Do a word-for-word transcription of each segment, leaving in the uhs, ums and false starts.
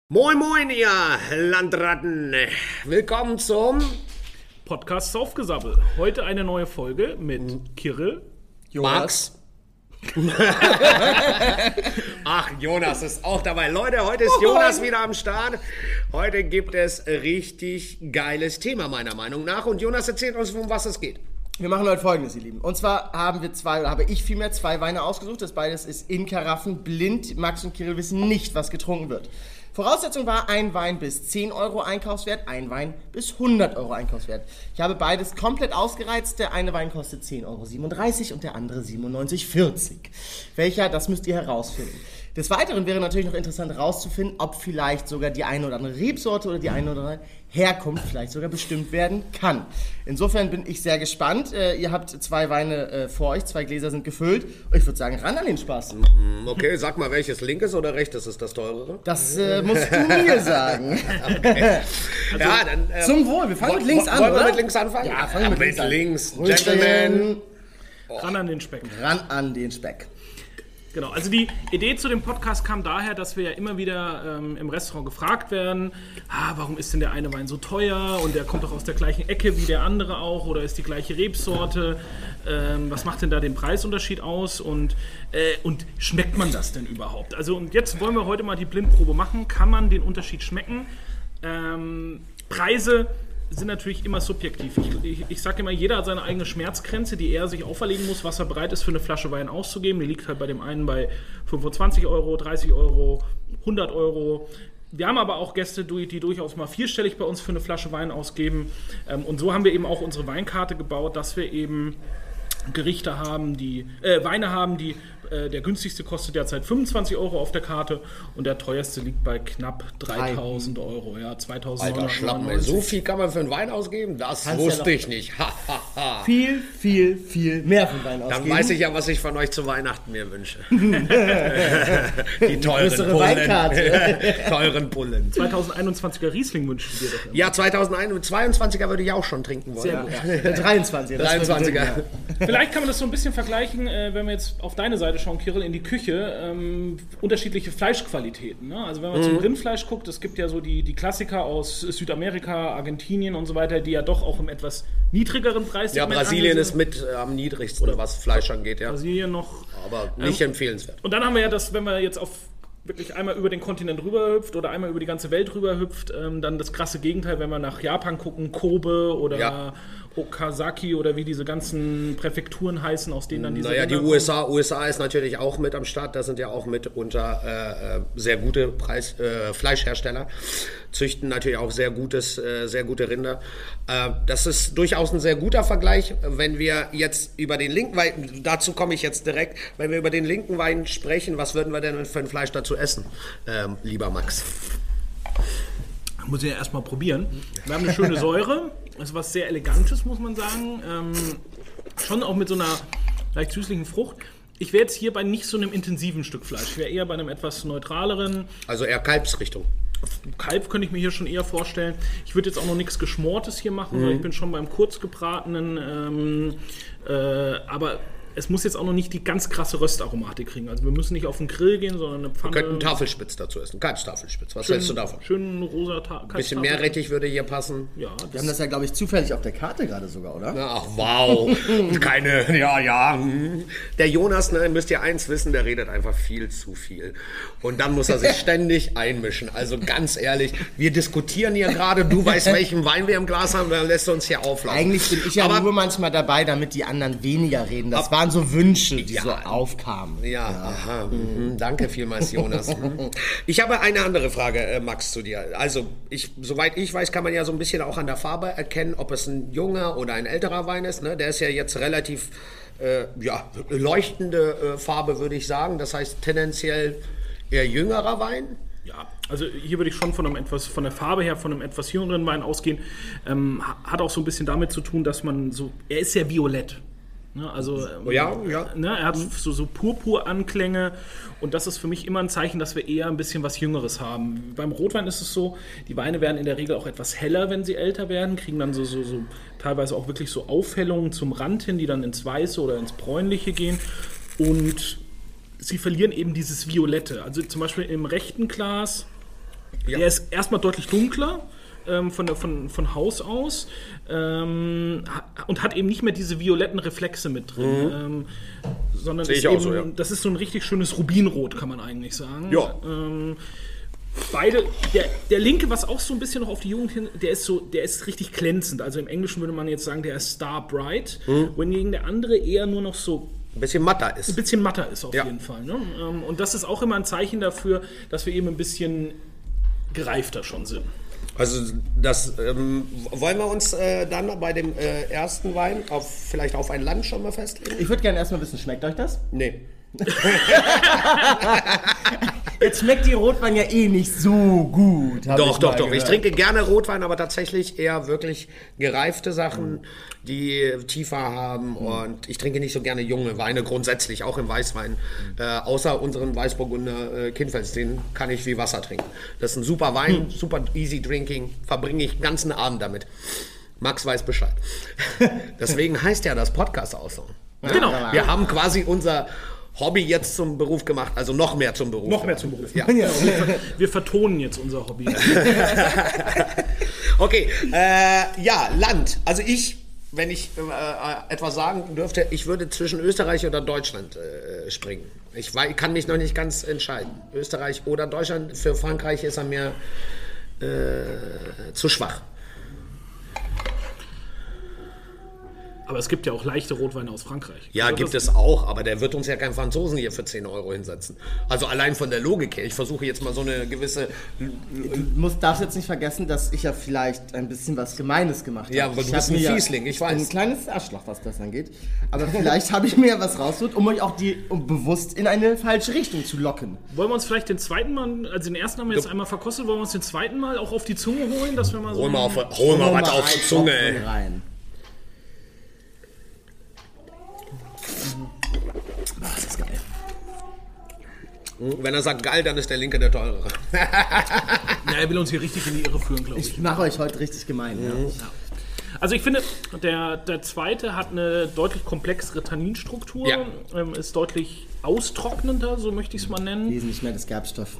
Moin Moin, ihr Landratten! Willkommen zum Podcast Saufgesabbel. Heute eine neue Folge mit Kirill, Max. Ach, Jonas ist auch dabei. Leute, heute ist Jonas wieder am Start. Heute gibt es richtig geiles Thema, meiner Meinung nach. Und Jonas erzählt uns, um was es geht. Wir machen heute Folgendes, ihr Lieben. Und zwar haben wir zwei, oder habe ich vielmehr zwei Weine ausgesucht. Das beides ist in Karaffen, blind. Max und Kirill wissen nicht, was getrunken wird. Voraussetzung war ein Wein bis zehn Euro Einkaufswert, ein Wein bis hundert Euro Einkaufswert. Ich habe beides komplett ausgereizt. Der eine Wein kostet zehn Euro siebenunddreißig und der andere siebenundneunzig vierzig. Welcher, das müsst ihr herausfinden. Des Weiteren wäre natürlich noch interessant herauszufinden, ob vielleicht sogar die eine oder andere Rebsorte oder die eine oder andere Herkunft vielleicht sogar bestimmt werden kann. Insofern bin ich sehr gespannt. Äh, ihr habt zwei Weine äh, vor euch, zwei Gläser sind gefüllt. Ich würde sagen, ran an den Spaß. Okay, sag mal, welches linkes oder rechtes ist das teurere? Das äh, musst du mir sagen. Okay. Also, ja, dann, äh, zum Wohl. Wir fangen mit links an, Wollen wir oder? mit links anfangen? Ja, fangen wir mit, mit links an. links. Röschen. Gentlemen. ran an den Speck. Ran an den Speck. Genau, also die Idee zu dem Podcast kam daher, dass wir ja immer wieder ähm, im Restaurant gefragt werden, ah, warum ist denn der eine Wein so teuer und der kommt doch aus der gleichen Ecke wie der andere auch oder ist die gleiche Rebsorte, ähm, was macht denn da den Preisunterschied aus und, äh, und schmeckt man das denn überhaupt? Also und jetzt wollen wir heute mal die Blindprobe machen, kann man den Unterschied schmecken? Ähm, Preise sind natürlich immer subjektiv. Ich, ich, ich sage immer, jeder hat seine eigene Schmerzgrenze, die er sich auferlegen muss, was er bereit ist für eine Flasche Wein auszugeben. Die liegt halt bei dem einen bei fünfundzwanzig Euro, dreißig Euro, hundert Euro. Wir haben aber auch Gäste, die durchaus mal vierstellig bei uns für eine Flasche Wein ausgeben. Und so haben wir eben auch unsere Weinkarte gebaut, dass wir eben Gerichte haben, die äh, Weine haben, die äh, der günstigste kostet derzeit fünfundzwanzig Euro auf der Karte und der teuerste liegt bei knapp dreitausend Euro, ja, zweitausend. Alter Schlappen, ey, so viel kann man für einen Wein ausgeben? Das Kannst wusste ja ich nicht. Ha, ha, ha. Viel, viel, viel mehr von Wein Dann ausgeben. weiß ich ja, was ich von euch zu Weihnachten mir wünsche. Die teuren größere Pullen. Weinkarte. Teuren Pullen. zweitausendeinundzwanziger Riesling wünschen wir doch immer. Ja, zweitausendzweiundzwanziger würde ich auch schon trinken wollen. Sehr gut. Ja, dreiundzwanziger. das wird dreiundzwanziger. drin, ja. Vielleicht kann man das so ein bisschen vergleichen, äh, wenn wir jetzt auf deine Seite schauen, Kirill, in die Küche, ähm, unterschiedliche Fleischqualitäten. Ne? Also wenn man mhm. zum Rindfleisch guckt, es gibt ja so die, die Klassiker aus Südamerika, Argentinien und so weiter, die ja doch auch im etwas niedrigeren Preis Ja, Brasilien ist mit äh, am niedrigsten, oder was Fleisch angeht, ja. Brasilien noch. Aber nicht ähm, empfehlenswert. Und dann haben wir ja das, wenn wir jetzt auf wirklich einmal über den Kontinent rüberhüpft oder einmal über die ganze Welt rüberhüpft, ähm, dann das krasse Gegenteil, wenn wir nach Japan gucken, Kobe oder Ja. Okazaki oder wie diese ganzen Präfekturen heißen, aus denen dann diese Naja, die Länder U S A, U S A ist natürlich auch mit am Start. Da sind ja auch mitunter äh, sehr gute Preis, äh, Fleischhersteller. Züchten natürlich auch sehr gutes, äh, sehr gute Rinder. Äh, das ist durchaus ein sehr guter Vergleich. Wenn wir jetzt über den linken Wein, dazu komme ich jetzt direkt, wenn wir über den linken Wein sprechen, was würden wir denn für ein Fleisch dazu essen, ähm, lieber Max? Muss ich ja erstmal probieren. Wir haben eine schöne Säure, das ist was sehr Elegantes, muss man sagen. Ähm, schon auch mit so einer leicht süßlichen Frucht. Ich wäre jetzt hier bei nicht so einem intensiven Stück Fleisch. Ich wäre eher bei einem etwas neutraleren. Also eher Kalbsrichtung. Kalb könnte ich mir hier schon eher vorstellen. Ich würde jetzt auch noch nichts Geschmortes hier machen, mhm. sondern ich bin schon beim kurzgebratenen. Ähm, äh, aber es muss jetzt auch noch nicht die ganz krasse Röstaromatik kriegen. Also wir müssen nicht auf den Grill gehen, sondern eine Pfanne. Wir könnten Tafelspitz dazu essen, Kalbstafelspitz. Was schön, hältst du davon? Schön rosa Ta Ein bisschen Meerrettich würde hier passen. Ja, Wir haben das ja, glaube ich, zufällig auf der Karte gerade sogar, oder? Ach, wow. Keine, ja, ja. Der Jonas, ne, müsst ihr eins wissen, der redet einfach viel zu viel. Und dann muss er sich ständig einmischen. Also ganz ehrlich, wir diskutieren hier gerade, du weißt, welchen Wein wir im Glas haben, dann lässt du uns hier auflaufen. Eigentlich bin ich ja Aber- nur manchmal dabei, damit die anderen weniger reden. Das waren so Wünsche, die Ja. so aufkamen. Ja, aha. Mhm. Danke vielmals, Jonas. Mhm. Ich habe eine andere Frage, äh, Max, zu dir. Also, ich, soweit ich weiß, kann man ja so ein bisschen auch an der Farbe erkennen, ob es ein junger oder ein älterer Wein ist. Ne? Der ist ja jetzt relativ äh, ja, leuchtende äh, Farbe, würde ich sagen. Das heißt tendenziell eher jüngerer Wein. Ja, also hier würde ich schon von einem etwas, von der Farbe her, von einem etwas jüngeren Wein ausgehen. Ähm, hat auch so ein bisschen damit zu tun, dass man so, er ist ja violett. Ne, also, Oh ja, ja. Ne, er hat so, so Purpur-Anklänge und das ist für mich immer ein Zeichen, dass wir eher ein bisschen was Jüngeres haben. Beim Rotwein ist es so, die Weine werden in der Regel auch etwas heller, wenn sie älter werden, kriegen dann so, so, so teilweise auch wirklich so Aufhellungen zum Rand hin, die dann ins Weiße oder ins Bräunliche gehen und sie verlieren eben dieses Violette. Also zum Beispiel im rechten Glas Ja. Der ist erstmal deutlich dunkler. Ähm, von, der, von, von Haus aus ähm, und hat eben nicht mehr diese violetten Reflexe mit drin, mhm. ähm, sondern ist eben, so, ja. das ist so ein richtig schönes Rubinrot, kann man eigentlich sagen. Ja. Ähm, beide, der, der linke, was auch so ein bisschen noch auf die Jugend hin, der ist so, der ist richtig glänzend, also im Englischen würde man jetzt sagen, der ist star bright, mhm. wohingegen der andere eher nur noch so ein bisschen matter ist. Ein bisschen matter ist auf ja. jeden Fall. Ne? Und das ist auch immer ein Zeichen dafür, dass wir eben ein bisschen gereifter schon sind. Also das ähm, wollen wir uns äh, dann bei dem äh, ersten Wein auf, vielleicht auf ein Land schon mal festlegen? Ich würde gerne erstmal wissen, schmeckt euch das? Nee. Jetzt schmeckt die Rotwein ja eh nicht so gut. Doch, doch, doch. Ich trinke gerne Rotwein, aber tatsächlich eher wirklich gereifte Sachen, mhm. die tiefer haben. Mhm. Und ich trinke nicht so gerne junge Weine, grundsätzlich, auch im Weißwein. Mhm. Äh, außer unseren Weißburgunder äh, Kindfels, den kann ich wie Wasser trinken. Das ist ein super Wein, mhm. super easy drinking, verbringe ich den ganzen Abend damit. Max weiß Bescheid. Deswegen heißt ja das Podcast auch so. Ja, genau. Wir haben quasi unser Hobby jetzt zum Beruf gemacht, also noch mehr zum Beruf. Noch mehr zum Beruf. Ja. Ja. Wir vertonen jetzt unser Hobby. Okay, äh, ja, Land. Also ich, wenn ich äh, etwas sagen dürfte, ich würde zwischen Österreich oder Deutschland äh, springen. Ich weiß, kann mich noch nicht ganz entscheiden. Österreich oder Deutschland. Für Frankreich ist er mir äh, zu schwach. Aber es gibt ja auch leichte Rotweine aus Frankreich. Ja, also gibt es auch, aber der wird uns ja kein Franzosen hier für zehn Euro hinsetzen. Also allein von der Logik her. Ich versuche jetzt mal so eine gewisse... Du musst, darfst jetzt nicht vergessen, dass ich ja vielleicht ein bisschen was Gemeines gemacht habe. Ja, aber du bist ein Fiesling, ich weiß. Ein kleines Arschloch, was das angeht. Aber vielleicht habe ich mir ja was rausgeholt, um euch auch die, um bewusst in eine falsche Richtung zu locken. Wollen wir uns vielleicht den zweiten Mal, also den ersten haben wir jetzt einmal verkostet, wollen wir uns den zweiten Mal auch auf die Zunge holen, dass wir mal so... Hol mal, auf, hol mal was auf die Zunge, ey. Rein. Das ist geil. Wenn er sagt geil, dann ist der linke der teurere. Ja, er will uns hier richtig in die Irre führen, glaube ich. Ich mache euch heute richtig gemein. Mhm. Ja. Ja. Also ich finde, der, der zweite hat eine deutlich komplexere Tanninstruktur, ja. ähm, ist deutlich austrocknender, so möchte ich es mal nennen. Wesentlich mehr das Gerbstoff.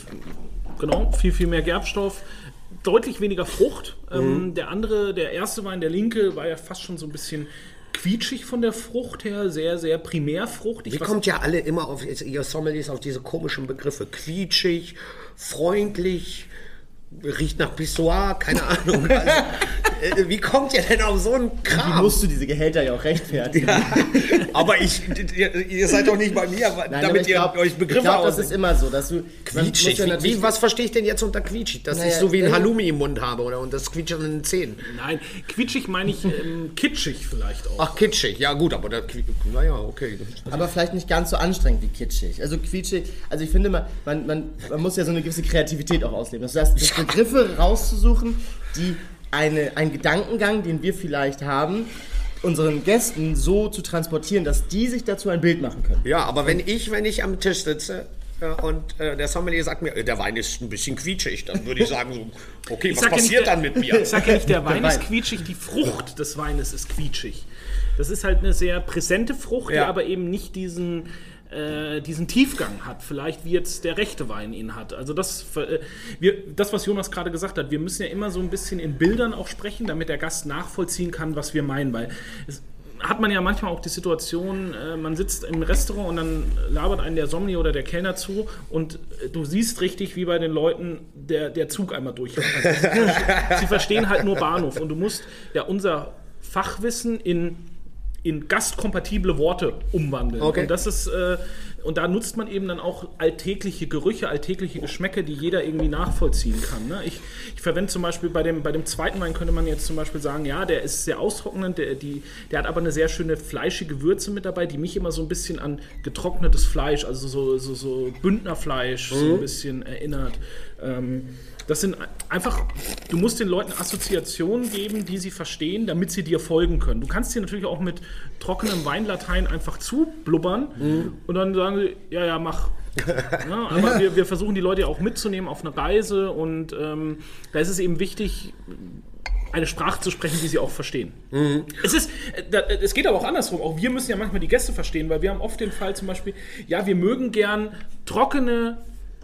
Genau, viel, viel mehr Gerbstoff. Deutlich weniger Frucht. Mhm. Ähm, der andere, der erste Wein, der linke, war ja fast schon so ein bisschen quietschig von der Frucht her, sehr, sehr Primärfruchtig. Wie kommt ja alle immer auf, ihr Sommeliers, auf diese komischen Begriffe? Quietschig, freundlich, riecht nach Pissoir, keine Ahnung. Also, äh, wie kommt ihr denn auf so einen Kram? Wie musst du diese Gehälter ja auch rechtfertigen? Ja, aber ich, ihr, ihr seid doch nicht bei mir, Nein, damit ihr glaub, euch Begriffe Ich glaube, das ist immer so, dass du... Quietschig, ja wie, was verstehe ich denn jetzt unter quietschig? Dass naja, ich so wie ein Halloumi im Mund habe oder und das quietscht an den Zähnen? Nein, quietschig meine ich ähm, kitschig vielleicht auch. Ach, kitschig, ja gut, aber da, naja, okay. Aber vielleicht nicht ganz so anstrengend wie kitschig. Also quietschig, also ich finde, man, man, man, man muss ja so eine gewisse Kreativität auch ausleben. Das heißt, ja. Begriffe rauszusuchen, die eine, einen Gedankengang, den wir vielleicht haben, unseren Gästen so zu transportieren, dass die sich dazu ein Bild machen können. Ja, aber wenn ich, wenn ich am Tisch sitze ja, und äh, der Sommelier sagt mir, der Wein ist ein bisschen quietschig, dann würde ich sagen so, okay, was passiert ja dann mit mir? Ich sage ja nicht, der Wein der ist Wein. quietschig, die Frucht des Weines ist quietschig. Das ist halt eine sehr präsente Frucht, ja. die aber eben nicht diesen... diesen Tiefgang hat, vielleicht wie jetzt der rechte Wein ihn hat. Also das, äh, wir, das, was Jonas gerade gesagt hat, wir müssen ja immer so ein bisschen in Bildern auch sprechen, damit der Gast nachvollziehen kann, was wir meinen, weil es hat man ja manchmal auch die Situation, äh, man sitzt im Restaurant und dann labert einen der Sommelier oder der Kellner zu und äh, du siehst richtig, wie bei den Leuten der, der Zug einmal durchfährt. Also, sie verstehen halt nur Bahnhof und du musst ja unser Fachwissen in in gastkompatible Worte umwandeln. Okay. Und das ist äh, und da nutzt man eben dann auch alltägliche Gerüche, alltägliche Geschmäcke, die jeder irgendwie nachvollziehen kann. Ne? Ich, ich verwende zum Beispiel bei dem, bei dem zweiten Wein könnte man jetzt zum Beispiel sagen, ja, der ist sehr austrocknend, der, die, der hat aber eine sehr schöne fleischige Würze mit dabei, die mich immer so ein bisschen an getrocknetes Fleisch, also so, so, so Bündnerfleisch mhm. so ein bisschen erinnert. Ähm, Das sind einfach, du musst den Leuten Assoziationen geben, die sie verstehen, damit sie dir folgen können. Du kannst dir natürlich auch mit trockenem Weinlatein einfach zublubbern mhm. und dann sagen sie, ja, ja, mach. Ja, aber wir, wir versuchen die Leute ja auch mitzunehmen auf eine Reise und ähm, da ist es eben wichtig, eine Sprache zu sprechen, die sie auch verstehen. Mhm. Es ist, es geht aber auch andersrum. Auch wir müssen ja manchmal die Gäste verstehen, weil wir haben oft den Fall zum Beispiel, ja, wir mögen gern trockene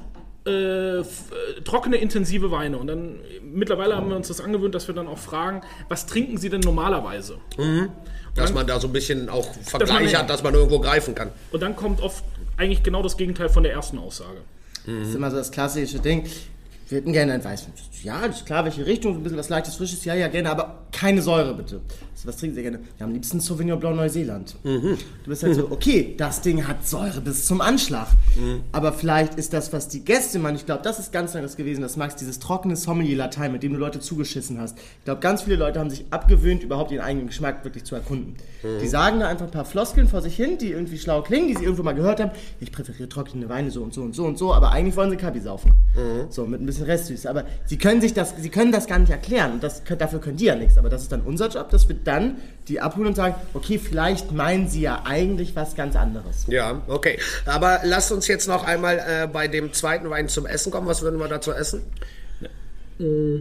äh, f- äh, trockene, intensive Weine. Und dann mittlerweile haben wir uns das angewöhnt, dass wir dann auch fragen, was trinken Sie denn normalerweise? Mhm. Dass dann, man da so ein bisschen auch Vergleich dass man, hat, dass man irgendwo greifen kann. Und dann kommt oft eigentlich genau das Gegenteil von der ersten Aussage. Das ist immer so das klassische Ding. Wir hätten gerne ein Weißwein. Ja, ist klar, welche Richtung, ein bisschen was Leichtes, Frisches, ja, ja, gerne, aber keine Säure, bitte. Also, was trinken Sie gerne? Ja, am liebsten Sauvignon Blanc Neuseeland. Mhm. Du bist halt so, okay, das Ding hat Säure bis zum Anschlag. Mhm. Aber vielleicht ist das, was die Gäste meinen, ich glaube, das ist ganz anderes gewesen, das Max, dieses trockene Sommelier-Latein, mit dem du Leute zugeschissen hast. Ich glaube, ganz viele Leute haben sich abgewöhnt, überhaupt ihren eigenen Geschmack wirklich zu erkunden. Mhm. Die sagen da einfach ein paar Floskeln vor sich hin, die irgendwie schlau klingen, die sie irgendwo mal gehört haben. Ich präferiere trockene Weine so und so und so und so, aber eigentlich wollen sie Kabi saufen. Mhm. So, mit ein bisschen Restsüße. Aber sie können sich das, sie können das gar nicht erklären und das, dafür können die ja nichts. Aber das ist dann unser Job, dass wir dann die abholen und sagen, okay, vielleicht meinen sie ja eigentlich was ganz anderes. Ja, okay. Aber lasst uns jetzt noch einmal äh, bei dem zweiten Wein zum Essen kommen. Was würden wir dazu essen? Wenn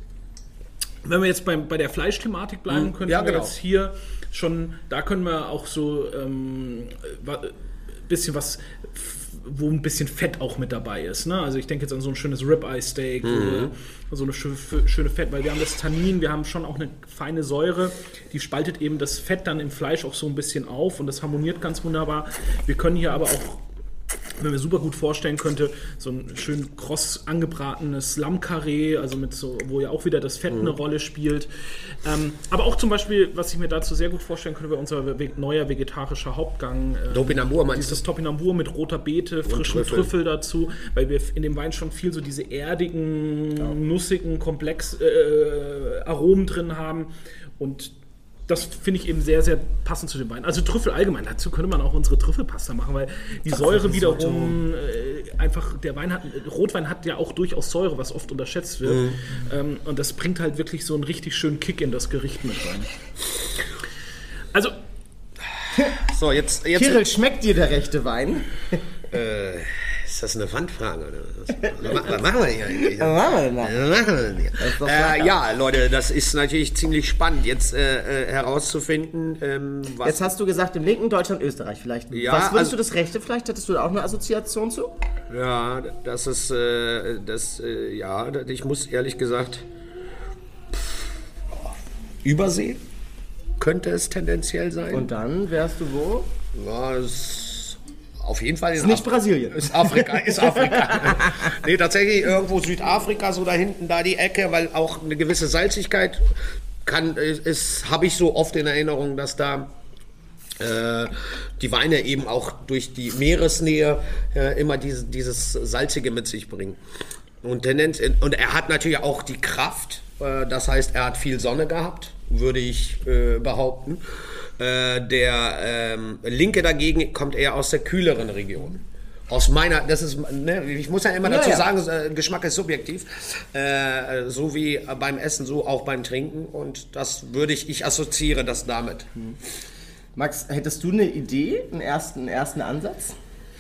wir jetzt beim, bei der Fleischthematik bleiben, könnten ja, wir genau. jetzt hier schon, da können wir auch so ein ähm, bisschen was, wo ein bisschen Fett auch mit dabei ist. Ne? Also ich denke jetzt an so ein schönes Ribeye-Steak, mhm. so eine schöne, schöne Fett, weil wir haben das Tannin, wir haben schon auch eine feine Säure, die spaltet eben das Fett dann im Fleisch auch so ein bisschen auf und das harmoniert ganz wunderbar. Wir können hier aber auch, wenn mir super gut vorstellen könnte, so ein schön kross angebratenes Lammkarree, also mit so, wo ja auch wieder das Fett mhm. eine Rolle spielt. Ähm, aber auch zum Beispiel, was ich mir dazu sehr gut vorstellen könnte, wäre unser ve- neuer vegetarischer Hauptgang. Äh, Topinambur meinst Dieses du? Topinambur mit roter Beete, frischen Trüffel. Trüffel dazu, weil wir in dem Wein schon viel so diese erdigen, ja. nussigen, komplex äh, Aromen drin haben und das finde ich eben sehr, sehr passend zu dem Wein. Also Trüffel allgemein, dazu könnte man auch unsere Trüffelpasta machen, weil die das Säure wiederum äh, einfach, der Wein hat, Rotwein hat ja auch durchaus Säure, was oft unterschätzt wird. Mhm. Ähm, und das bringt halt wirklich so einen richtig schönen Kick in das Gericht mit rein. Also, so, jetzt, jetzt Kirill, schmeckt dir der rechte Wein? Äh, ist das eine Pfandfrage? Oder was? Was machen wir hier eigentlich? Was machen wir denn da? Was machen wir denn hier? Das ist doch Äh, lecker. ja, Leute, das ist natürlich ziemlich spannend, jetzt äh, äh, herauszufinden, ähm, was... Jetzt hast du gesagt, im linken Deutschland, Österreich vielleicht. Ja, was würdest also- du das rechte vielleicht? Hattest du da auch eine Assoziation zu? Ja, das ist, äh, das, äh, ja, ich muss ehrlich gesagt, Übersee könnte es tendenziell sein. Und dann wärst du wo? Ja, es, auf jeden Fall Ist nicht Brasilien. Ist Afrika, ist Afrika. Nee, tatsächlich irgendwo Südafrika, so da hinten, da die Ecke, weil auch eine gewisse Salzigkeit kann, ist, habe ich so oft in Erinnerung, dass da äh, die Weine eben auch durch die Meeresnähe äh, immer diese, dieses Salzige mit sich bringen. Und, Tendenz, und er hat natürlich auch die Kraft, äh, das heißt, er hat viel Sonne gehabt, würde ich äh, behaupten. Äh, der ähm, Linke dagegen kommt eher aus der kühleren Region. Aus meiner, das ist, ne, ich muss ja immer dazu Ja, ja. sagen, äh, Geschmack ist subjektiv, äh, so wie beim Essen, so auch beim Trinken und das würde ich, ich assoziiere das damit. Max, hättest du eine Idee, einen ersten, einen ersten Ansatz?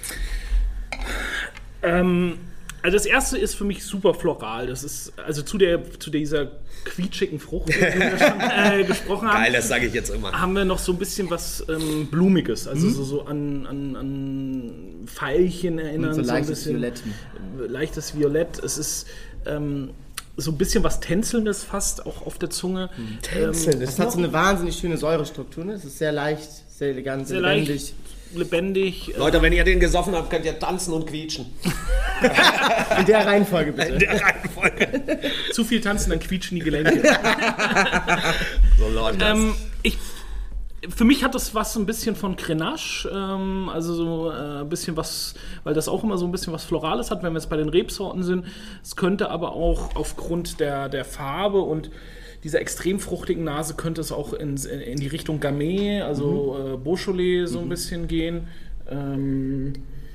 Ähm, also das erste ist für mich super floral. Das ist also zu der zu dieser quietschigen Frucht, die wir schon äh, gesprochen haben. Geil, das sage ich jetzt immer. Haben wir noch so ein bisschen was ähm, Blumiges, also mhm. so, so an, an, an Veilchen erinnern. Und so leichtes ein bisschen, Violett. Leichtes Violett. Es ist ähm, so ein bisschen was Tänzelndes fast, auch auf der Zunge. Mhm. Tänzeln, Das hat so eine wahnsinnig schöne Säurestruktur. Ne? Es ist sehr leicht, sehr elegant, Sehr lebendig. leicht, lebendig. Leute, wenn ihr den gesoffen habt, könnt ihr tanzen und quietschen. In der Reihenfolge bitte. In der Reihenfolge. Äh, zu viel tanzen, dann quietschen die Gelenke. So läuft das. ähm, ich, für mich hat das was so ein bisschen von Grenache, ähm, also so äh, ein bisschen was, weil das auch immer so ein bisschen was Florales hat, wenn wir jetzt bei den Rebsorten sind. Es könnte aber auch aufgrund der, der Farbe und dieser extrem fruchtigen Nase könnte es auch in, in die Richtung Gamay, also mhm. äh, Beaujolais so ein bisschen gehen. Ähm,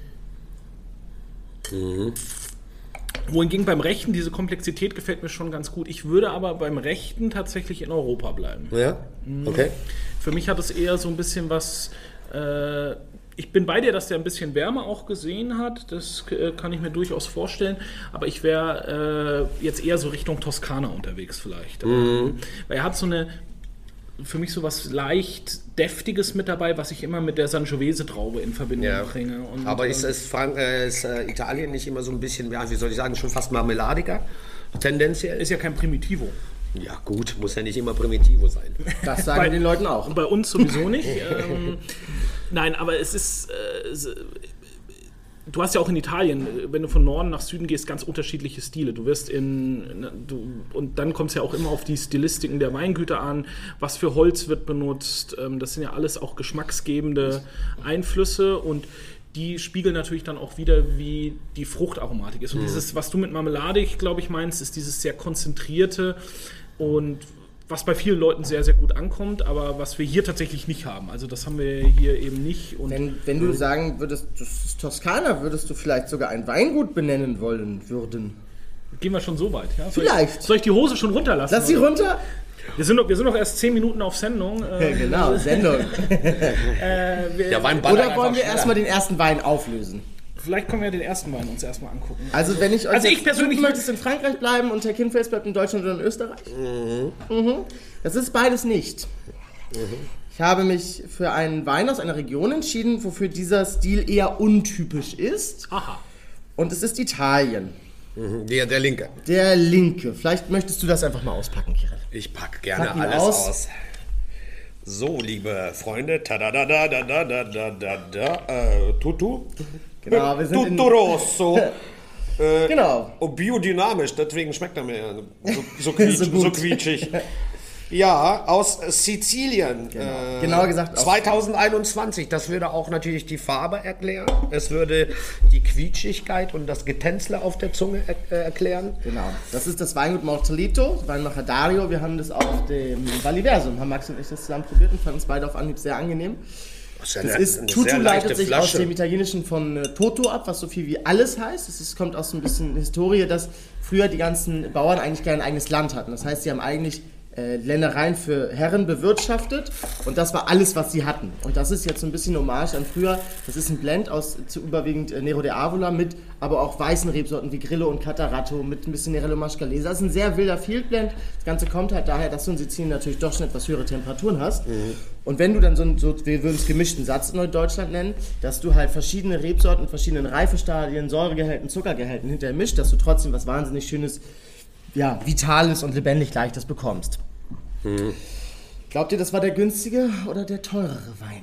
Mhm. Wohingegen beim Rechten diese Komplexität gefällt mir schon ganz gut. Ich würde aber beim Rechten tatsächlich in Europa bleiben. Ja, okay. Für mich hat es eher so ein bisschen was. Äh, ich bin bei dir, dass der ein bisschen Wärme auch gesehen hat. Das äh, kann ich mir durchaus vorstellen. Aber ich wäre äh, jetzt eher so Richtung Toskana unterwegs vielleicht. Mhm. Weil er hat so eine. für mich so was leicht Deftiges mit dabei, was ich immer mit der Sangiovese-Traube in Verbindung Ja. bringe. Und, Aber ähm, ist, ist, Frank äh, ist äh, Italien nicht immer so ein bisschen, ja, wie soll ich sagen, schon fast marmeladiger? Tendenziell? ist ja kein Primitivo. Ja gut, muss ja nicht immer Primitivo sein. Das sagen Bei- den Leuten auch. Und bei uns sowieso nicht. ähm, nein, aber es ist. Äh, es, du hast ja auch in Italien, wenn du von Norden nach Süden gehst, ganz unterschiedliche Stile. Du wirst in. Du, und dann kommt es ja auch immer auf die Stilistiken der Weingüter an. Was für Holz wird benutzt. Ähm, das sind ja alles auch geschmacksgebende Einflüsse. Und die spiegeln natürlich dann auch wieder, wie die Fruchtaromatik ist. Und dieses, was du mit Marmelade, glaube ich, meinst, ist dieses sehr konzentrierte und was bei vielen Leuten sehr, sehr gut ankommt, aber was wir hier tatsächlich nicht haben. Also das haben wir hier eben nicht. Und Wenn, wenn du sagen würdest, das ist Toskana, würdest du vielleicht sogar ein Weingut benennen wollen würden. gehen wir schon so weit. Ja? Soll Vielleicht. Ich, soll ich die Hose schon runterlassen? Lass sie oder? runter. Wir sind, noch, wir sind noch erst zehn Minuten auf Sendung. Ähm, Genau, Sendung. äh, wir, Der Wein ballert Oder wollen einfach wir schneller. erstmal den ersten Wein auflösen? Vielleicht können wir den ersten Wein uns erstmal angucken. Also wenn ich euch Also ich jetzt- persönlich- du möchtest in Frankreich bleiben und Herr Kinfels bleibt in Deutschland oder in Österreich? Mhm. Das ist beides nicht. Ich habe mich für einen Wein aus einer Region entschieden, wofür dieser Stil eher untypisch ist. Aha. Und es ist Italien. Mhm, Der, der Linke. Der Linke. Vielleicht möchtest du das einfach mal auspacken, Kirill. Ich pack gerne Pack ihn alles aus. aus. So, liebe Freunde, tada da da da da da da da da äh, Tutu. Genau, wir sind in- Tutto Rosso. äh, Genau. Und biodynamisch, deswegen schmeckt er mir so, so, quietsch, So so, gut. quietschig. Ja, aus Sizilien. Genau. Äh, Genauer gesagt aus- zweitausendeinundzwanzig. Das würde auch natürlich die Farbe erklären. Es würde die Quietschigkeit und das Getänzle auf der Zunge er äh, erklären. Genau. Das ist das Weingut Mortolito, Weinmacher Dario. Wir haben das auf dem Valliversum, haben Max und ich das zusammen probiert und fanden es beide auf Anhieb sehr angenehm. Das ist, ja Das eine, ist, eine Tutu sehr leichte leitet sich aus Flasche. dem Italienischen von äh, Toto ab, was so viel wie alles heißt. Es ist, kommt aus so ein bisschen Historie, dass früher die ganzen Bauern eigentlich kein eigenes Land hatten. Das heißt, sie haben eigentlich äh, Ländereien für Herren bewirtschaftet und das war alles, was sie hatten. Und das ist jetzt so ein bisschen Hommage an früher. Das ist ein Blend aus zu überwiegend äh, Nero de Avola mit aber auch weißen Rebsorten wie Grillo und Cataratto mit ein bisschen Nerello Mascalese. Das ist ein sehr wilder Field Blend. Das Ganze kommt halt daher, dass du in Sizilien natürlich doch schon etwas höhere Temperaturen hast. Und wenn du dann so, ein- so wir würden es gemischten Satz in Deutschland nennen, dass du halt verschiedene Rebsorten, verschiedenen Reifestadien, Säuregehälten, Zuckergehälten hinterher mischt, dass du trotzdem was wahnsinnig Schönes, ja, Vitales und lebendig Leichtes bekommst. Glaubt ihr, das war der günstige oder der teurere Wein?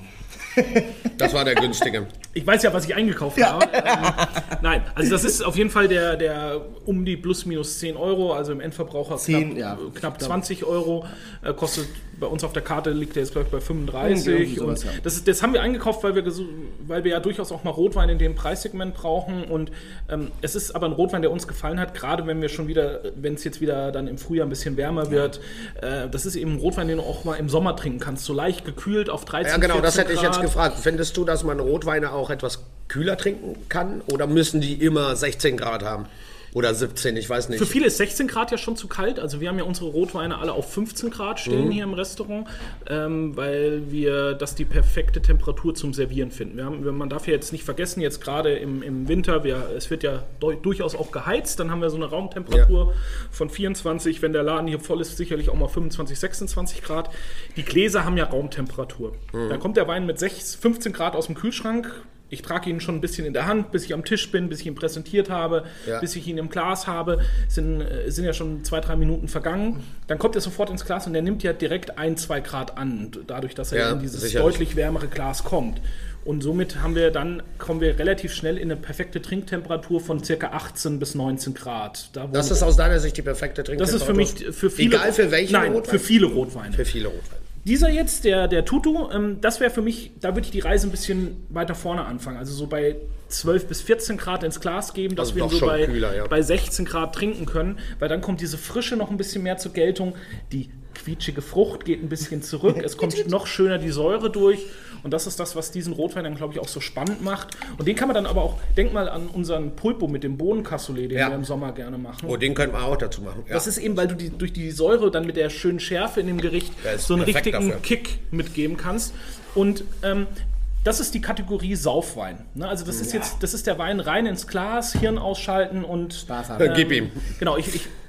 Das war der günstige. Ich weiß ja, was ich eingekauft habe. Ähm, nein, also das ist auf jeden Fall der, der um die plus minus zehn Euro, also im Endverbraucher zehn, knapp, ja. äh, knapp zwanzig Euro. Äh, kostet bei uns auf der Karte, liegt der jetzt glaube ich bei Irgendwie fünfunddreißig. sowas, Und ja. das, ist, das haben wir eingekauft, weil wir, gesu- weil wir ja durchaus auch mal Rotwein in dem Preissegment brauchen. Und ähm, es ist aber ein Rotwein, der uns gefallen hat, gerade wenn wir schon wieder, wenn es jetzt wieder dann im Frühjahr ein bisschen wärmer wird. Äh, das ist eben ein Rotwein, den du auch mal im Sommer trinken kannst, so leicht gekühlt auf dreizehn, Ja, genau, das vierzehn hätte ich jetzt Grad. gefragt. Findest du, dass man Rotweine auch etwas kühler trinken kann? Oder müssen die immer sechzehn Grad haben? Oder siebzehn, ich weiß nicht. Für viele ist sechzehn Grad ja schon zu kalt. Also wir haben ja unsere Rotweine alle auf fünfzehn Grad stehen hier im Restaurant, ähm, weil wir das die perfekte Temperatur zum Servieren finden. Wir haben, man darf ja jetzt nicht vergessen, jetzt gerade im, im Winter, wir, es wird ja du- durchaus auch geheizt, dann haben wir so eine Raumtemperatur von vierundzwanzig, wenn der Laden hier voll ist, sicherlich auch mal fünfundzwanzig, sechsundzwanzig Grad. Die Gläser haben ja Raumtemperatur. Dann kommt der Wein mit sechs, fünfzehn Grad aus dem Kühlschrank. Ich trage ihn schon ein bisschen in der Hand, bis ich am Tisch bin, bis ich ihn präsentiert habe, Ja. bis ich ihn im Glas habe. Sind, äh, sind ja schon zwei, drei Minuten vergangen. Dann kommt er sofort ins Glas und der nimmt ja direkt ein, zwei Grad an, dadurch, dass er Ja, in dieses sicherlich. deutlich wärmere Glas kommt. Und somit haben wir dann, kommen wir relativ schnell in eine perfekte Trinktemperatur von circa achtzehn bis neunzehn Grad. Da, wo Das ist aus deiner Sicht die perfekte das Trinktemperatur? ist für mich, für viele, Egal für welchen nein, Rotwein? für viele Rotweine. Für viele Rotweine. Dieser jetzt, der, der Tutu, ähm, das wäre für mich, da würde ich die Reise ein bisschen weiter vorne anfangen. Also so bei zwölf bis vierzehn Grad ins Glas geben, dass Also wir ihn doch so schon bei, kühler, ja. bei sechzehn Grad trinken können, weil dann kommt diese Frische noch ein bisschen mehr zur Geltung. Die quietschige Frucht geht ein bisschen zurück, es kommt noch schöner die Säure durch und das ist das, was diesen Rotwein dann, glaube ich, auch so spannend macht. Und den kann man dann aber auch, denk mal an unseren Pulpo mit dem Bohnencassoulet, den Ja. wir im Sommer gerne machen. Oh, den könnten wir auch dazu machen. Ja. Das ist eben, weil du die, durch die Säure dann mit der schönen Schärfe in dem Gericht Der ist so einen perfekt richtigen dafür. Kick mitgeben kannst. Und ähm, das ist die Kategorie Saufwein. Ne? Also das ist jetzt, das ist der Wein rein ins Glas, Hirn ausschalten und Spaß haben. Gib ihm. genau, ich, ich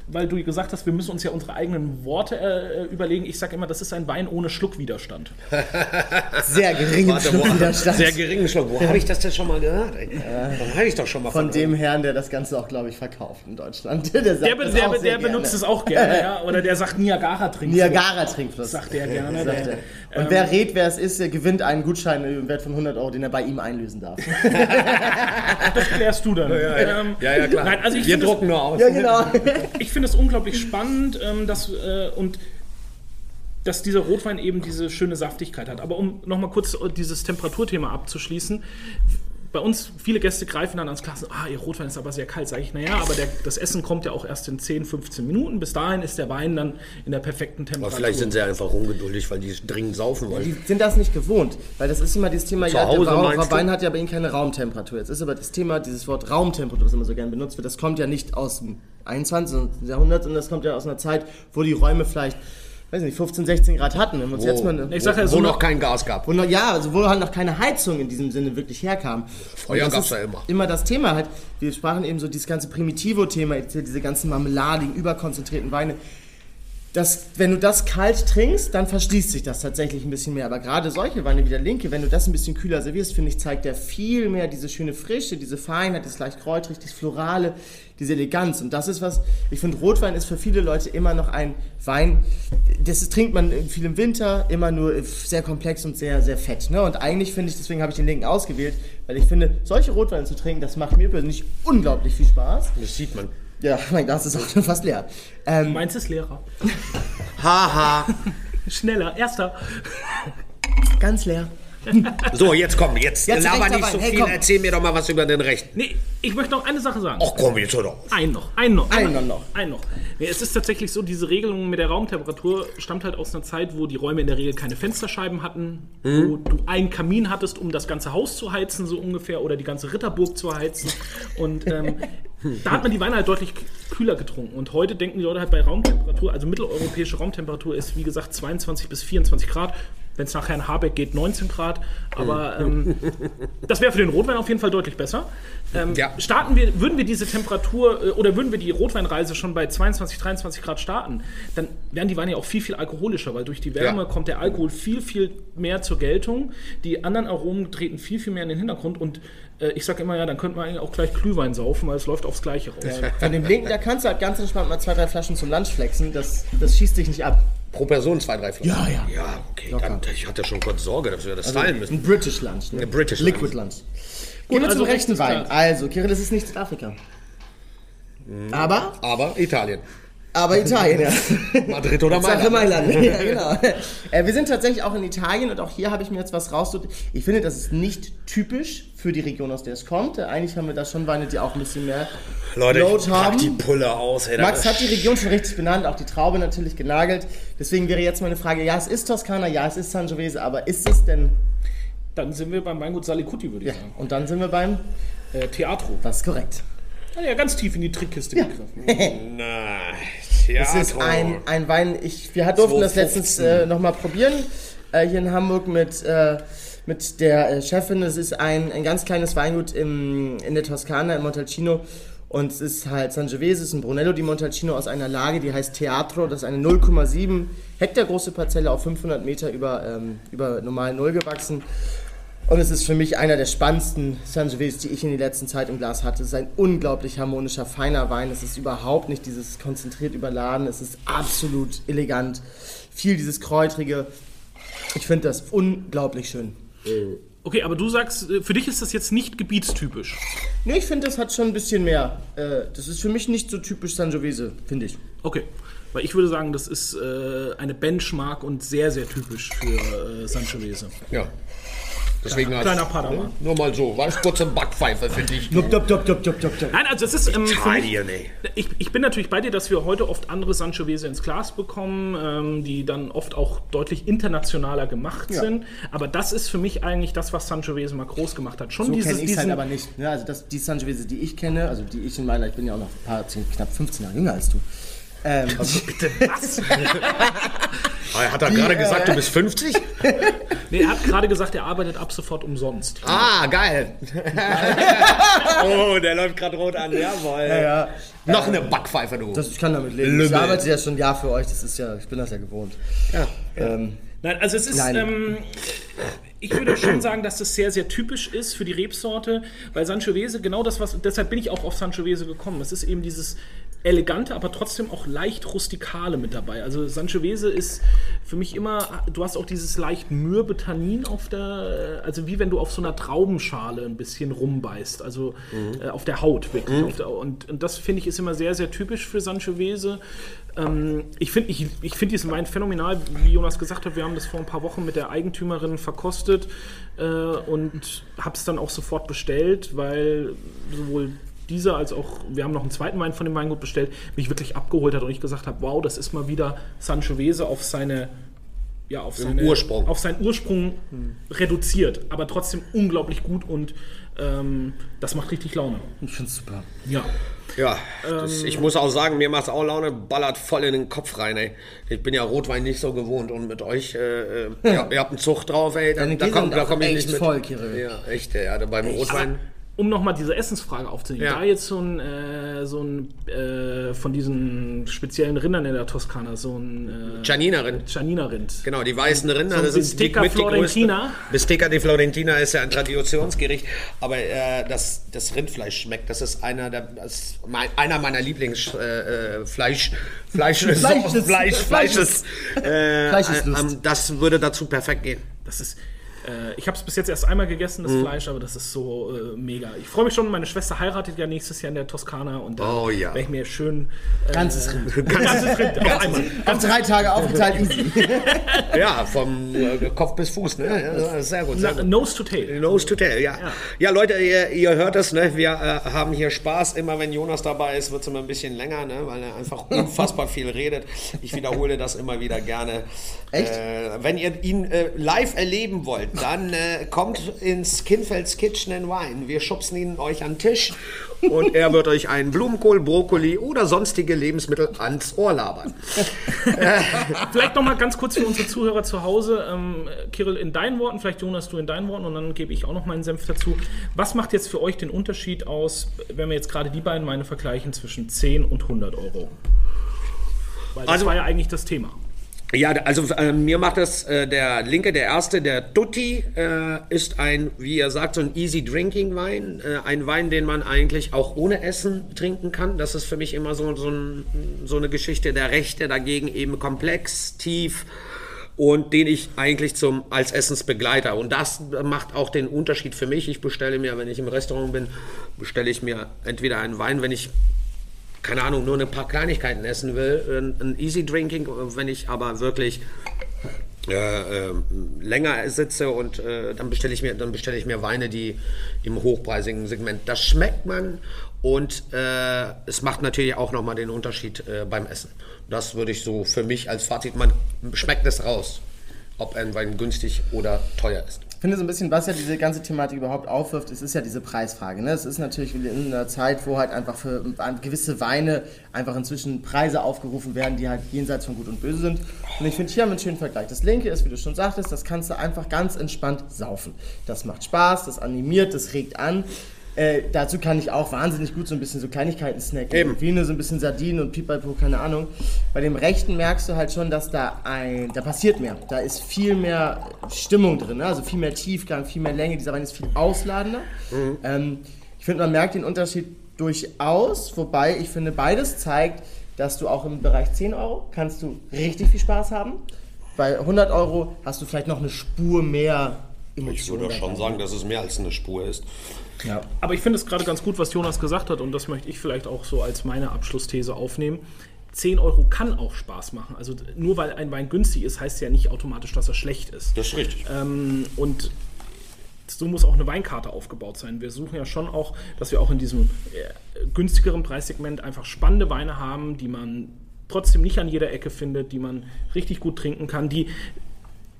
weil du gesagt hast, wir müssen uns ja unsere eigenen Worte äh, überlegen. Ich sage immer, das ist ein Wein ohne Schluckwiderstand. Sehr geringen Warte, wo- Schluckwiderstand. Sehr geringen Schluck. Wo habe ich das denn schon mal gehört? Ey? Dann habe ich doch schon mal Von dem Herrn, der das Ganze auch, glaube ich, verkauft in Deutschland. Der, sagt Der, be- das der, auch be- sehr der benutzt gerne. es auch gerne, ja? Oder der sagt Niagara-Trinkfluss. Niagara-Trinkfluss. Sagt der gerne. Sagt Der, er. Und wer rät, wer es ist, der gewinnt einen Gutschein im Wert von hundert Euro, den er bei ihm einlösen darf. das klärst du dann. Ähm, Ja, ja, klar. Nein, also ich Wir finde es- drucken nur aus. Ja, genau. Ich finde es unglaublich spannend, ähm, dass, äh, und dass dieser Rotwein eben diese schöne Saftigkeit hat. Aber um nochmal kurz dieses Temperaturthema abzuschließen, bei uns, viele Gäste greifen dann ans Glas und, ah, ihr Rotwein ist aber sehr kalt. Sage ich, naja, aber der, das Essen kommt ja auch erst in zehn, fünfzehn Minuten. Bis dahin ist der Wein dann in der perfekten Aber Temperatur. vielleicht sind sie einfach ungeduldig, weil die dringend saufen wollen. Die sind das nicht gewohnt, weil das ist immer dieses Thema, Zu ja, Hause der Wa- meinst du? Wein hat ja bei Ihnen keine Raumtemperatur. Jetzt ist aber das Thema, dieses Wort Raumtemperatur, was immer so gerne benutzt wird, das kommt ja nicht aus dem einundzwanzigsten Jahrhundert, sondern das kommt ja aus einer Zeit, wo die Räume vielleicht, weiß nicht, fünfzehn, sechzehn Grad hatten. Wenn wir uns Wo, jetzt mal eine, Ich sag ja, wo so noch noch- kein Gas gab. Wo noch, ja, also wo halt noch keine Heizung in diesem Sinne wirklich herkam. Feuer Und das gab's ist ja immer. Immer das Thema halt. Wir sprachen eben so dieses ganze Primitivo-Thema, jetzt hier diese ganzen marmeladigen, überkonzentrierten Weine. Das, wenn du das kalt trinkst, dann verschließt sich das tatsächlich ein bisschen mehr. Aber gerade solche Weine wie der Linke, wenn du das ein bisschen kühler servierst, finde ich, zeigt der viel mehr diese schöne Frische, diese Feinheit, dieses leicht kräutrig, dieses Florale, diese Eleganz. Und das ist was, ich finde, Rotwein ist für viele Leute immer noch ein Wein, das ist, trinkt man viel im Winter, immer nur sehr komplex und sehr, sehr fett. Ne? Und eigentlich finde ich, deswegen habe ich den Linken ausgewählt, weil ich finde, solche Rotweine zu trinken, das macht mir persönlich unglaublich viel Spaß. Das sieht man. Ja, mein Glas ist auch schon fast leer. Ähm, Meins ist leerer. Haha. Schneller, erster. ganz leer. So, jetzt komm, jetzt, Jetzt laber rechter nicht so Wein. Hey, viel, komm. erzähl mir doch mal was über den Rechten. Nee, ich möchte noch eine Sache sagen. Ach komm, jetzt hör doch. Ein noch, ein noch. Einen noch, noch. Ein noch. Nee, es ist tatsächlich so, diese Regelung mit der Raumtemperatur stammt halt aus einer Zeit, wo die Räume in der Regel keine Fensterscheiben hatten, wo du einen Kamin hattest, um das ganze Haus zu heizen, so ungefähr, oder die ganze Ritterburg zu heizen. Und ähm, da hat man die Weine halt deutlich kühler getrunken. Und heute denken die Leute halt bei Raumtemperatur, also mitteleuropäische Raumtemperatur ist, wie gesagt, zweiundzwanzig bis vierundzwanzig Grad. Wenn es nach Herrn Habeck geht, neunzehn Grad. Aber ähm, das wäre für den Rotwein auf jeden Fall deutlich besser. Ähm, Ja. Starten wir, würden wir diese Temperatur äh, oder würden wir die Rotweinreise schon bei zweiundzwanzig, dreiundzwanzig Grad starten, dann wären die Weine ja auch viel, viel alkoholischer, weil durch die Wärme Ja. kommt der Alkohol viel, viel mehr zur Geltung. Die anderen Aromen treten viel, viel mehr in den Hintergrund. Und äh, ich sage immer, ja, dann könnte man eigentlich auch gleich Glühwein saufen, weil es läuft aufs Gleiche raus. Von dem Linken, da kannst du halt ganz entspannt mal zwei, drei Flaschen zum Lunch flexen. Das, das schießt dich nicht ab. Pro Person zwei, drei Flaschen. Ja, ja. Ja, okay. Locker. Dann, ich hatte schon kurz Sorge, dass wir das teilen müssen. Ein British Lunch. Ne? Ein British Liquid Lunch. Lunch. Gehen wir also zum rechts rechten ist Wein. klar. Also, Kirill, das ist nicht Südafrika. Aber, Aber Italien. aber Italien, ja. Madrid oder Sache Mailand. Mailand. Ja, genau. Äh, wir sind tatsächlich auch in Italien und auch hier habe ich mir jetzt was rausgesucht. Ich finde, das ist nicht typisch für die Region, aus der es kommt. Äh, Eigentlich haben wir da schon Weine, die auch ein bisschen mehr Leute, Load ich pack haben. die Pulle aus. Ey, Max das- hat die Region schon richtig benannt, auch die Traube natürlich genagelt. Deswegen wäre jetzt meine Frage, ja, es ist Toskana, ja, es ist Sangiovese, aber ist es denn... Dann sind wir beim Weingut Salicuti, würde ich Ja, sagen. und dann sind wir beim... Äh, Teatro. Das ist korrekt. Ja, ja, ganz tief in die Trickkiste gegriffen. Nein. Es ist Theater. ein, ein Wein, ich, wir durften das letztens äh, nochmal probieren, äh, hier in Hamburg mit, äh, mit der äh, Chefin. Es ist ein, ein ganz kleines Weingut im, in der Toskana, im Montalcino. Und es ist halt Sangiovese, es ist ein Brunello di Montalcino aus einer Lage, die heißt Teatro. Das ist eine null Komma sieben Hektar große Parzelle auf fünfhundert Meter über, ähm, über normal Null gewachsen. Und es ist für mich einer der spannendsten Sangiovese, die ich in der letzten Zeit im Glas hatte. Es ist ein unglaublich harmonischer, feiner Wein. Es ist überhaupt nicht dieses konzentriert überladen. Es ist absolut elegant. Viel dieses Kräutrige. Ich finde das unglaublich schön. Okay, aber du sagst, äh, für dich ist das jetzt nicht gebietstypisch. Nee, ich finde, das hat schon ein bisschen mehr. Äh, das ist für mich nicht so typisch Sangiovese, finde ich. Okay, weil ich würde sagen, das ist äh, eine Benchmark und sehr, sehr typisch für äh, Sangiovese. Ja. Deswegen als- Kleiner Padawan. Nur mal so. War es kurz ein Backpfeife, finde ich. Dup, dup, dup, dup, dup, dup, dup. Nein, also es ist ähm, für mich, Italien, ey. ich, ich bin natürlich bei dir, dass wir heute oft andere Sangiovese ins Glas bekommen, ähm, die dann oft auch deutlich internationaler gemacht Ja. sind. Aber das ist für mich eigentlich das, was Sangiovese mal groß gemacht hat. Schon So dieses, kenne ich es halt diesen, aber nicht. Ne? Also das, die Sangiovese, die ich kenne, also die ich in meiner, ich bin ja auch noch ein paar, zehn, knapp fünfzehn Jahre jünger als du, Ähm, Also bitte was? Hat er gerade gesagt, du bist fünfzig? Nee, er hat gerade gesagt, er arbeitet ab sofort umsonst. Ah, geil. Oh, der läuft gerade rot an, jawohl. ja, ja. Noch eine Backpfeife, du. Das, ich kann damit leben. Lümmel. Ich arbeite ja schon ein Jahr für euch, das ist ja, ich bin das ja gewohnt. Ja. Ähm, Nein, also es ist, Nein. ähm, ich würde schon sagen, dass das sehr, sehr typisch ist für die Rebsorte, weil Sangiovese, genau das, was, deshalb bin ich auch auf Sangiovese gekommen. Es ist eben dieses elegante, aber trotzdem auch leicht rustikale mit dabei. Also Sangiovese ist für mich immer, du hast auch dieses leicht mürbe Tannin auf der, also wie wenn du auf so einer Traubenschale ein bisschen rumbeißt, also mhm. äh, auf der Haut wirklich. Mhm. Auf der, und, und das finde ich ist immer sehr, sehr typisch für Sangiovese. Ähm, ich finde ich, ich find diesen Wein phänomenal, wie Jonas gesagt hat, wir haben das vor ein paar Wochen mit der Eigentümerin verkostet äh, und habe es dann auch sofort bestellt, weil sowohl dieser als auch, wir haben noch einen zweiten Wein von dem Weingut bestellt, mich wirklich abgeholt hat und ich gesagt habe, wow, das ist mal wieder Sangiovese auf seine, ja, auf seine, Ursprung. auf seinen Ursprung hm. reduziert, aber trotzdem unglaublich gut und ähm, das macht richtig Laune. ich finde es super. Ja. Ja, das, ich muss auch sagen, mir macht es auch Laune, ballert voll in den Kopf rein, ey. Ich bin ja Rotwein nicht so gewohnt und mit euch, äh, ja, ihr habt einen Zug drauf, ey, da, Deine da Gläser komme sind auch komm ich echt nicht mit. voll, Kirill. Ja, echt, ja, beim Rotwein. Um nochmal diese Essensfrage aufzunehmen, Ja. da jetzt so ein, äh, so ein äh, von diesen speziellen Rindern in der Toskana, so ein äh, Giannina-Rind. Giannina-Rind. Genau, die weißen Rinder, So ein das sind Bistecca mit die größten. Florentina. Bistecca di Florentina ist ja ein Traditionsgericht, aber äh, das, das Rindfleisch schmeckt. Das ist einer der, das ist mein, einer meiner Lieblingsfleisch, äh, Fleisch, Fleisch, Fleisches- Fleisch, Fleisches. Äh, Fleischeslust. äh, das würde dazu perfekt gehen. Das ist, äh, ich habe es bis jetzt erst einmal gegessen, das Mhm. Fleisch, aber das ist so äh, mega. Ich freue mich schon, meine Schwester heiratet ja nächstes Jahr in der Toskana und da Oh ja. werde ich mir schön äh, Ganzes Rind. ganzes Rind auf einmal. Auf drei Tage aufgeteilt, easy. Ja, vom äh, Kopf bis Fuß, ne? Ja, sehr gut, sehr Na, gut. Nose to tail. Nose to tail, ja. Ja. Ja, Leute, ihr, ihr hört es, ne? Wir äh, haben hier Spaß. Immer wenn Jonas dabei ist, wird es immer ein bisschen länger, ne? Weil er einfach unfassbar viel redet. Ich wiederhole das immer wieder gerne. Echt? Äh, wenn ihr ihn äh, live erleben wollt, dann äh, kommt ins Kinfelds Kitchen and Wine. Wir schubsen ihn euch an den Tisch und er wird euch einen Blumenkohl, Brokkoli oder sonstige Lebensmittel ans Ohr labern. Vielleicht noch mal ganz kurz für unsere Zuhörer zu Hause. Ähm, Kirill, in deinen Worten, vielleicht Jonas, du in deinen Worten und dann gebe ich auch noch meinen Senf dazu. Was macht jetzt für euch den Unterschied aus, wenn wir jetzt gerade die beiden Weine vergleichen, zwischen zehn und hundert Euro? Weil das Also- war ja eigentlich das Thema. Ja, also äh, mir macht das äh, der linke, der erste, der Tutti, äh, ist ein, wie ihr sagt, so ein easy drinking Wein. Äh, ein Wein, den man eigentlich auch ohne Essen trinken kann. Das ist für mich immer so, so, ein, so eine Geschichte. Der rechte dagegen eben komplex, tief und den ich eigentlich zum, als Essensbegleiter. Und das macht auch den Unterschied für mich. Ich bestelle mir, wenn ich im Restaurant bin, bestelle ich mir entweder einen Wein, wenn ich keine Ahnung, nur ein paar Kleinigkeiten essen will, ein, ein Easy Drinking, wenn ich aber wirklich äh, äh, länger sitze und äh, dann bestelle ich mir, dann bestelle ich mir Weine, die im hochpreisigen Segment, das schmeckt man und äh, es macht natürlich auch nochmal den Unterschied äh, beim Essen. Das würde ich so für mich als Fazit, man schmeckt es raus, ob ein Wein günstig oder teuer ist. Ich finde so ein bisschen, was ja diese ganze Thematik überhaupt aufwirft, es ist ja diese Preisfrage. Ne? Es ist natürlich in einer Zeit, wo halt einfach für gewisse Weine einfach inzwischen Preise aufgerufen werden, die halt jenseits von Gut und Böse sind. Und ich finde, hier haben wir einen schönen Vergleich. Das linke ist, wie du schon sagtest, das kannst du einfach ganz entspannt saufen. Das macht Spaß, das animiert, das regt an. Äh, dazu kann ich auch wahnsinnig gut so ein bisschen so Kleinigkeiten snacken. Eben. Wie nur so ein bisschen Sardinen und Pipapo, keine Ahnung. Bei dem rechten merkst du halt schon, dass da ein, da passiert mehr. Da ist viel mehr Stimmung drin, ne? Also viel mehr Tiefgang, viel mehr Länge. Dieser Wein ist viel ausladender. Mhm. Ähm, ich finde, man merkt den Unterschied durchaus, wobei ich finde, beides zeigt, dass du auch im Bereich zehn Euro kannst du richtig viel Spaß haben. Bei hundert Euro hast du vielleicht noch eine Spur mehr Emotionen. Ich würde schon sagen, dass es mehr als eine Spur ist. Ja. Aber ich finde es gerade ganz gut, was Jonas gesagt hat und das möchte ich vielleicht auch so als meine Abschlussthese aufnehmen. zehn Euro kann auch Spaß machen. Also nur weil ein Wein günstig ist, heißt ja nicht automatisch, dass er schlecht ist. Das ist richtig. Ähm, und so muss auch eine Weinkarte aufgebaut sein. Wir suchen ja schon auch, dass wir auch in diesem äh, günstigeren Preissegment einfach spannende Weine haben, die man trotzdem nicht an jeder Ecke findet, die man richtig gut trinken kann, die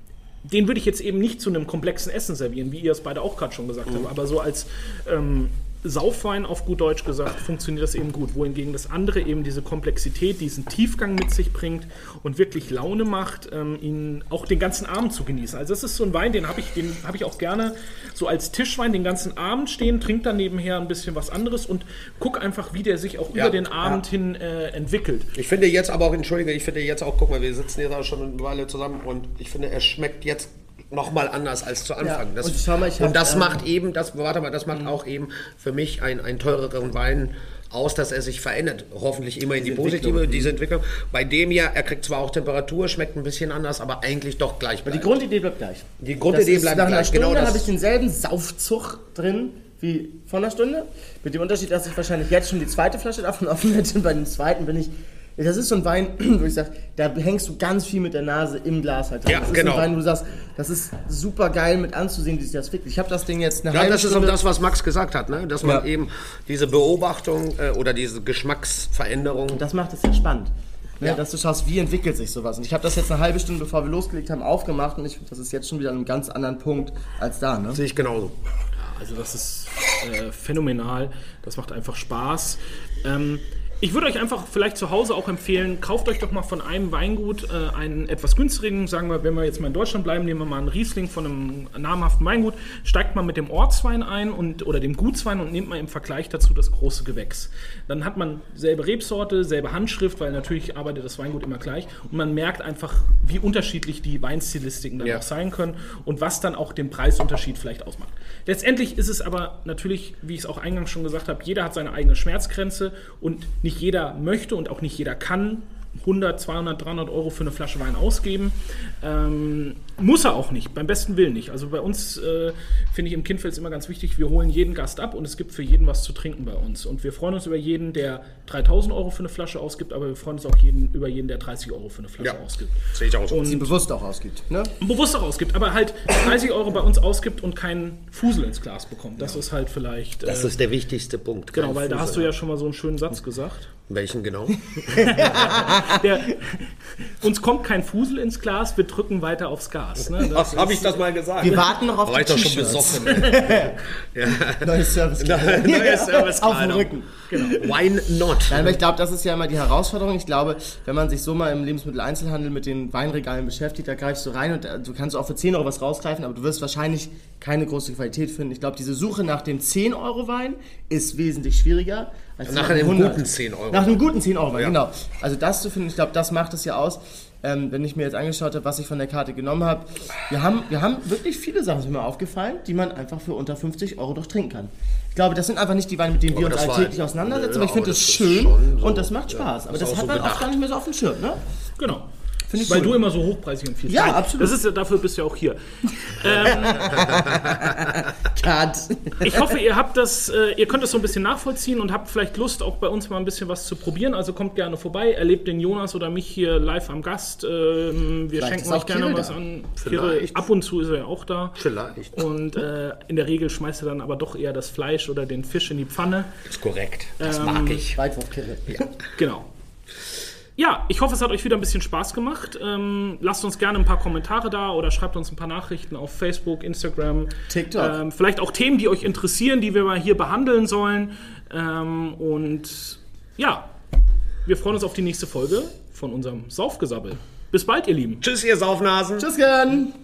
den würde ich jetzt eben nicht zu einem komplexen Essen servieren, wie ihr es beide auch gerade schon gesagt Mhm. habt, aber so als, ähm, Saufwein auf gut Deutsch gesagt, funktioniert das eben gut. Wohingegen das andere eben diese Komplexität, diesen Tiefgang mit sich bringt und wirklich Laune macht, ähm, ihn auch den ganzen Abend zu genießen. Also das ist so ein Wein, den habe ich, den habe ich auch gerne so als Tischwein den ganzen Abend stehen, trinke dann nebenher ein bisschen was anderes und guck einfach, wie der sich auch Ja, über den Abend ja. hin äh, entwickelt. Ich finde jetzt aber auch, entschuldige, ich finde jetzt auch, guck mal, wir sitzen jetzt auch schon eine Weile zusammen und ich finde, er schmeckt jetzt nochmal anders als zu Anfang. Ja, Das, und schau mal, ich hab, und das ähm, macht eben, das, warte mal, das macht auch eben für mich einen, einen teureren Wein aus, dass er sich verändert. Hoffentlich immer in die, Die positive, Entwicklung. diese Entwicklung. Bei dem ja, er kriegt zwar auch Temperatur, schmeckt ein bisschen anders, aber eigentlich doch gleich. Die Grundidee bleibt gleich. Die Grundidee Das ist, bleibt nach einer gleich. Stunde Genau das. habe ich denselben Saufzug drin wie vor einer Stunde. Mit dem Unterschied, dass ich wahrscheinlich jetzt schon die zweite Flasche davon offen hätte. Und bei dem zweiten bin ich... Das ist so ein Wein, wo ich sage, da hängst du ganz viel mit der Nase im Glas halt drin. Ja, das ist genau. ein Wein, wo du sagst, das ist super geil mit anzusehen, wie sich das fickt. Ich habe das Ding jetzt eine Ja, halbe das ist auch Stunde... das, was Max gesagt hat, ne? Dass man Ja. eben diese Beobachtung äh, oder diese Geschmacksveränderung. Das macht es ja spannend. Ne, Ja. Dass du schaust, wie entwickelt sich sowas. Und ich habe das jetzt eine halbe Stunde, bevor wir losgelegt haben, aufgemacht und ich finde, das ist jetzt schon wieder an einem ganz anderen Punkt als da. Ne? Sehe ich genauso. Also das ist äh, phänomenal, das macht einfach Spaß. Ähm, ich würde euch einfach vielleicht zu Hause auch empfehlen, kauft euch doch mal von einem Weingut äh, einen etwas günstigen, sagen wir, wenn wir jetzt mal in Deutschland bleiben, nehmen wir mal einen Riesling von einem namhaften Weingut, steigt mal mit dem Ortswein ein und, oder dem Gutswein und nehmt mal im Vergleich dazu das große Gewächs. Dann hat man selbe Rebsorte, selbe Handschrift, weil natürlich arbeitet das Weingut immer gleich und man merkt einfach, wie unterschiedlich die Weinstilistiken dann Ja. auch sein können und was dann auch den Preisunterschied vielleicht ausmacht. Letztendlich ist es aber natürlich, wie ich es auch eingangs schon gesagt habe, jeder hat seine eigene Schmerzgrenze und nicht jeder möchte und auch nicht jeder kann hundert, zweihundert, dreihundert Euro für eine Flasche Wein ausgeben. Ähm, muss er auch nicht, beim besten Willen nicht. Also bei uns äh, finde ich im Kindfels immer ganz wichtig, wir holen jeden Gast ab und es gibt für jeden was zu trinken bei uns. Und wir freuen uns über jeden, der dreitausend Euro für eine Flasche ausgibt, aber wir freuen uns auch jeden, über jeden, der dreißig Euro für eine Flasche Ja, ausgibt. sehe ich auch so. Und Die bewusst auch ausgibt. Ne? bewusst auch ausgibt, aber halt dreißig Euro bei uns ausgibt und keinen Fusel ins Glas bekommt. Das ist halt vielleicht... Das äh, ist der wichtigste Punkt. genau, kein weil da Fusel. hast du ja schon mal so einen schönen Satz gesagt. Welchen genau? Der, uns kommt kein Fusel ins Glas, wir drücken weiter aufs Gas. Ne? Das Habe ich das mal gesagt? Wir warten noch auf War die ich doch schon T-Shirts. besoffen. ja. Neues Service. Neues Service Auf dem Rücken. Why not? Nein, aber ich glaube, das ist ja immer die Herausforderung. Ich glaube, wenn man sich so mal im Lebensmitteleinzelhandel mit den Weinregalen beschäftigt, da greifst du rein und äh, du kannst auch für zehn Euro was rausgreifen, aber du wirst wahrscheinlich keine große Qualität finden. Ich glaube, diese Suche nach dem zehn Euro Wein ist wesentlich schwieriger als Nach nach einem hundert. guten zehn Euro. Nach einem guten zehn Euro Wein, Ja. genau. Also das zu finden, ich glaube, das macht es ja aus. Ähm, wenn ich mir jetzt angeschaut habe, was ich von der Karte genommen habe, wir haben, wir haben wirklich viele Sachen, sind mir aufgefallen, die man einfach für unter fünfzig Euro doch trinken kann. Ich glaube, das sind einfach nicht die Weine, mit denen wir Aber uns das war- alltäglich auseinandersetzen, Nö, aber ich finde aber das das ist schön schon so, und das macht Spaß. ja, aber ist das auch hat so man oft gedacht. gar nicht mehr so auf dem Schirm, ne? Genau. Finde ich Weil schön. du immer so hochpreisig und viel Ja, zahlst. absolut. Das ist ja, dafür bist du ja auch hier. ähm, Cut. ich hoffe, ihr habt das, äh, ihr könnt das so ein bisschen nachvollziehen und habt vielleicht Lust, auch bei uns mal ein bisschen was zu probieren. Also kommt gerne vorbei, erlebt den Jonas oder mich hier live am Gast. Ähm, wir Vielleicht schenken ist euch auch gerne Kirill was da. an. Vielleicht. Kirill, ab und zu ist er ja auch da. Vielleicht. Und äh, in der Regel schmeißt er dann aber doch eher das Fleisch oder den Fisch in die Pfanne. Ist korrekt. Das Ähm, mag ich. Weitwurfkirche. Genau. Ja, ich hoffe, es hat euch wieder ein bisschen Spaß gemacht. Ähm, lasst uns gerne ein paar Kommentare da oder schreibt uns ein paar Nachrichten auf Facebook, Instagram, TikTok. Ähm, vielleicht auch Themen, die euch interessieren, die wir mal hier behandeln sollen. Ähm, und ja, wir freuen uns auf die nächste Folge von unserem Saufgesabbel. Bis bald, ihr Lieben. Tschüss, ihr Saufnasen. Tschüss, gern.